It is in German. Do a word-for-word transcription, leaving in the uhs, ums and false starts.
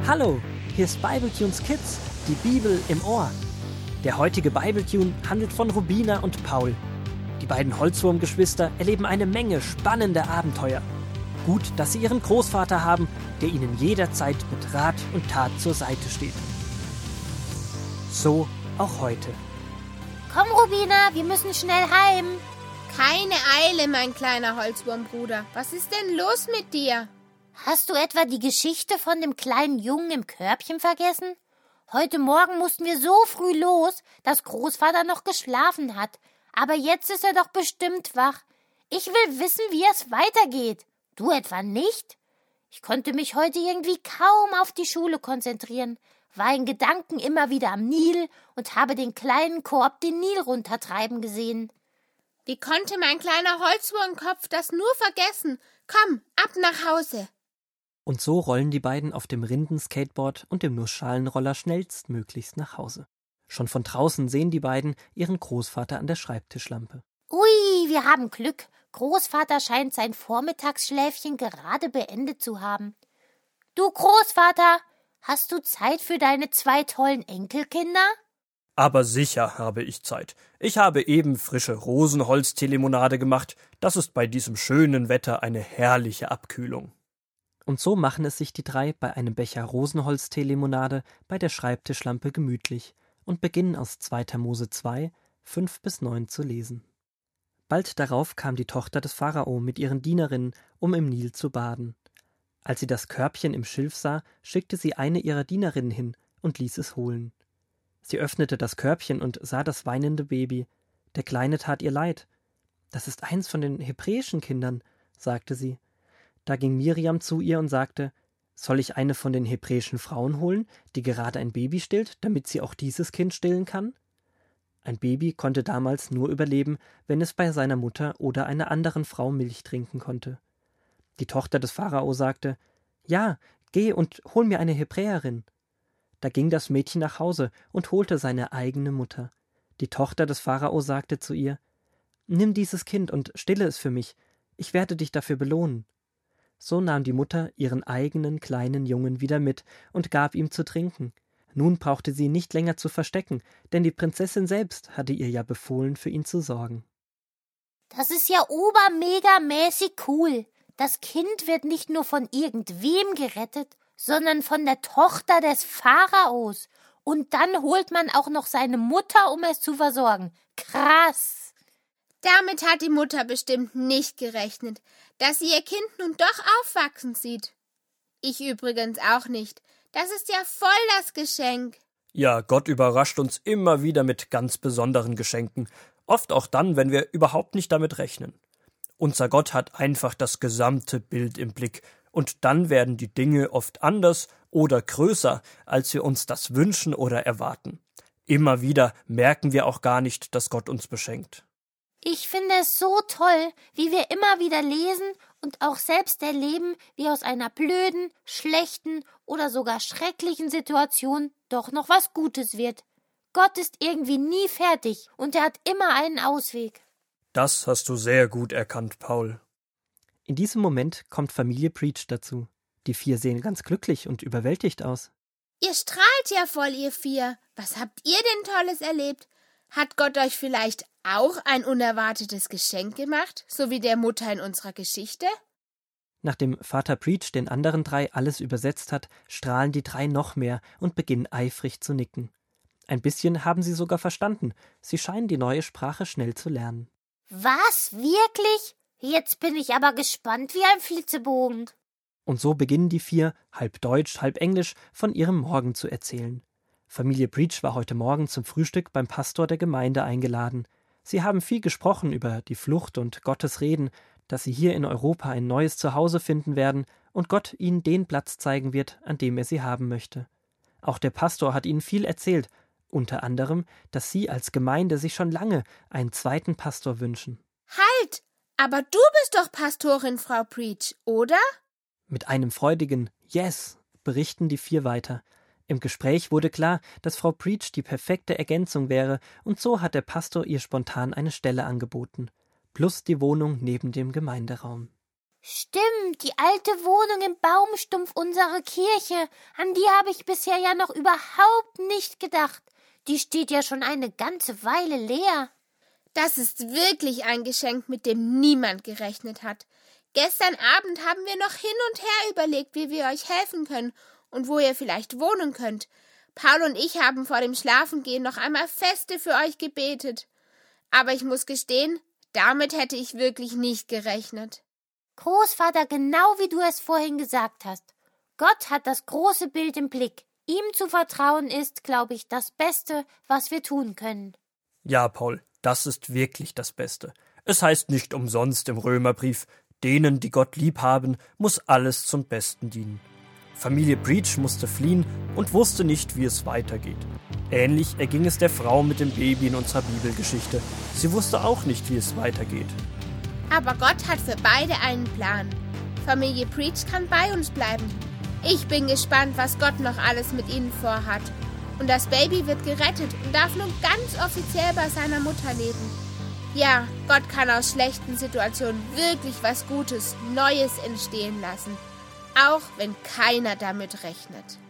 Hallo, hier ist Bibletunes Kids, die Bibel im Ohr. Der heutige Bibletune handelt von Rubina und Paul. Die beiden Holzwurmgeschwister erleben eine Menge spannender Abenteuer. Gut, dass sie ihren Großvater haben, der ihnen jederzeit mit Rat und Tat zur Seite steht. So auch heute. Komm, Rubina, wir müssen schnell heim. Keine Eile, mein kleiner Holzwurmbruder. Was ist denn los mit dir? Hast du etwa die Geschichte von dem kleinen Jungen im Körbchen vergessen? Heute Morgen mussten wir so früh los, dass Großvater noch geschlafen hat. Aber jetzt ist er doch bestimmt wach. Ich will wissen, wie es weitergeht. Du etwa nicht? Ich konnte mich heute irgendwie kaum auf die Schule konzentrieren, war in Gedanken immer wieder am Nil und habe den kleinen Korb den Nil runtertreiben gesehen. Wie konnte mein kleiner Holzwurmkopf das nur vergessen? Komm, ab nach Hause. Und so rollen die beiden auf dem Rindenskateboard und dem Nussschalenroller schnellstmöglichst nach Hause. Schon von draußen sehen die beiden ihren Großvater an der Schreibtischlampe. Ui, wir haben Glück. Großvater scheint sein Vormittagsschläfchen gerade beendet zu haben. Du Großvater, hast du Zeit für deine zwei tollen Enkelkinder? Aber sicher habe ich Zeit. Ich habe eben frische Rosenholzteelimonade gemacht. Das ist bei diesem schönen Wetter eine herrliche Abkühlung. Und so machen es sich die drei bei einem Becher Rosenholzteelimonade bei der Schreibtischlampe gemütlich und beginnen aus zweiter Mose zwei, fünf bis neun zu lesen. Bald darauf kam die Tochter des Pharao mit ihren Dienerinnen, um im Nil zu baden. Als sie das Körbchen im Schilf sah, schickte sie eine ihrer Dienerinnen hin und ließ es holen. Sie öffnete das Körbchen und sah das weinende Baby. Der Kleine tat ihr leid. »Das ist eins von den hebräischen Kindern«, sagte sie. Da ging Miriam zu ihr und sagte, »Soll ich eine von den hebräischen Frauen holen, die gerade ein Baby stillt, damit sie auch dieses Kind stillen kann?« Ein Baby konnte damals nur überleben, wenn es bei seiner Mutter oder einer anderen Frau Milch trinken konnte. Die Tochter des Pharao sagte, »Ja, geh und hol mir eine Hebräerin.« Da ging das Mädchen nach Hause und holte seine eigene Mutter. Die Tochter des Pharao sagte zu ihr, »Nimm dieses Kind und stille es für mich. Ich werde dich dafür belohnen.« So nahm die Mutter ihren eigenen kleinen Jungen wieder mit und gab ihm zu trinken. Nun brauchte sie ihn nicht länger zu verstecken, denn die Prinzessin selbst hatte ihr ja befohlen, für ihn zu sorgen. Das ist ja obermegamäßig cool. Das Kind wird nicht nur von irgendwem gerettet, sondern von der Tochter des Pharaos. Und dann holt man auch noch seine Mutter, um es zu versorgen. Krass! Damit hat die Mutter bestimmt nicht gerechnet, dass sie ihr Kind nun doch aufwachsen sieht. Ich übrigens auch nicht. Das ist ja voll das Geschenk. Ja, Gott überrascht uns immer wieder mit ganz besonderen Geschenken. Oft auch dann, wenn wir überhaupt nicht damit rechnen. Unser Gott hat einfach das gesamte Bild im Blick. Und dann werden die Dinge oft anders oder größer, als wir uns das wünschen oder erwarten. Immer wieder merken wir auch gar nicht, dass Gott uns beschenkt. Ich finde es so toll, wie wir immer wieder lesen und auch selbst erleben, wie aus einer blöden, schlechten oder sogar schrecklichen Situation doch noch was Gutes wird. Gott ist irgendwie nie fertig und er hat immer einen Ausweg. Das hast du sehr gut erkannt, Paul. In diesem Moment kommt Familie Preach dazu. Die vier sehen ganz glücklich und überwältigt aus. Ihr strahlt ja voll, ihr vier. Was habt ihr denn Tolles erlebt? Hat Gott euch vielleicht auch ein unerwartetes Geschenk gemacht, so wie der Mutter in unserer Geschichte? Nachdem Vater Preach den anderen drei alles übersetzt hat, strahlen die drei noch mehr und beginnen eifrig zu nicken. Ein bisschen haben sie sogar verstanden. Sie scheinen die neue Sprache schnell zu lernen. Was? Wirklich? Jetzt bin ich aber gespannt wie ein Flitzebogen. Und so beginnen die vier, halb Deutsch, halb Englisch, von ihrem Morgen zu erzählen. Familie Preach war heute Morgen zum Frühstück beim Pastor der Gemeinde eingeladen. Sie haben viel gesprochen über die Flucht und Gottes Reden, dass sie hier in Europa ein neues Zuhause finden werden und Gott ihnen den Platz zeigen wird, an dem er sie haben möchte. Auch der Pastor hat ihnen viel erzählt, unter anderem, dass sie als Gemeinde sich schon lange einen zweiten Pastor wünschen. Halt! Aber du bist doch Pastorin, Frau Preach, oder? Mit einem freudigen Yes berichten die vier weiter. Im Gespräch wurde klar, dass Frau Preach die perfekte Ergänzung wäre, und so hat der Pastor ihr spontan eine Stelle angeboten. Plus die Wohnung neben dem Gemeinderaum. Stimmt, die alte Wohnung im Baumstumpf unserer Kirche, an die habe ich bisher ja noch überhaupt nicht gedacht. Die steht ja schon eine ganze Weile leer. Das ist wirklich ein Geschenk, mit dem niemand gerechnet hat. Gestern Abend haben wir noch hin und her überlegt, wie wir euch helfen können und wo ihr vielleicht wohnen könnt. Paul und ich haben vor dem Schlafengehen noch einmal feste für euch gebetet. Aber ich muss gestehen, damit hätte ich wirklich nicht gerechnet. Großvater, genau wie du es vorhin gesagt hast. Gott hat das große Bild im Blick. Ihm zu vertrauen ist, glaube ich, das Beste, was wir tun können. Ja, Paul, das ist wirklich das Beste. Es heißt nicht umsonst im Römerbrief, denen, die Gott lieb haben, muss alles zum Besten dienen. Familie Breach musste fliehen und wusste nicht, wie es weitergeht. Ähnlich erging es der Frau mit dem Baby in unserer Bibelgeschichte. Sie wusste auch nicht, wie es weitergeht. Aber Gott hat für beide einen Plan. Familie Breach kann bei uns bleiben. Ich bin gespannt, was Gott noch alles mit ihnen vorhat. Und das Baby wird gerettet und darf nun ganz offiziell bei seiner Mutter leben. Ja, Gott kann aus schlechten Situationen wirklich was Gutes, Neues entstehen lassen. Auch wenn keiner damit rechnet.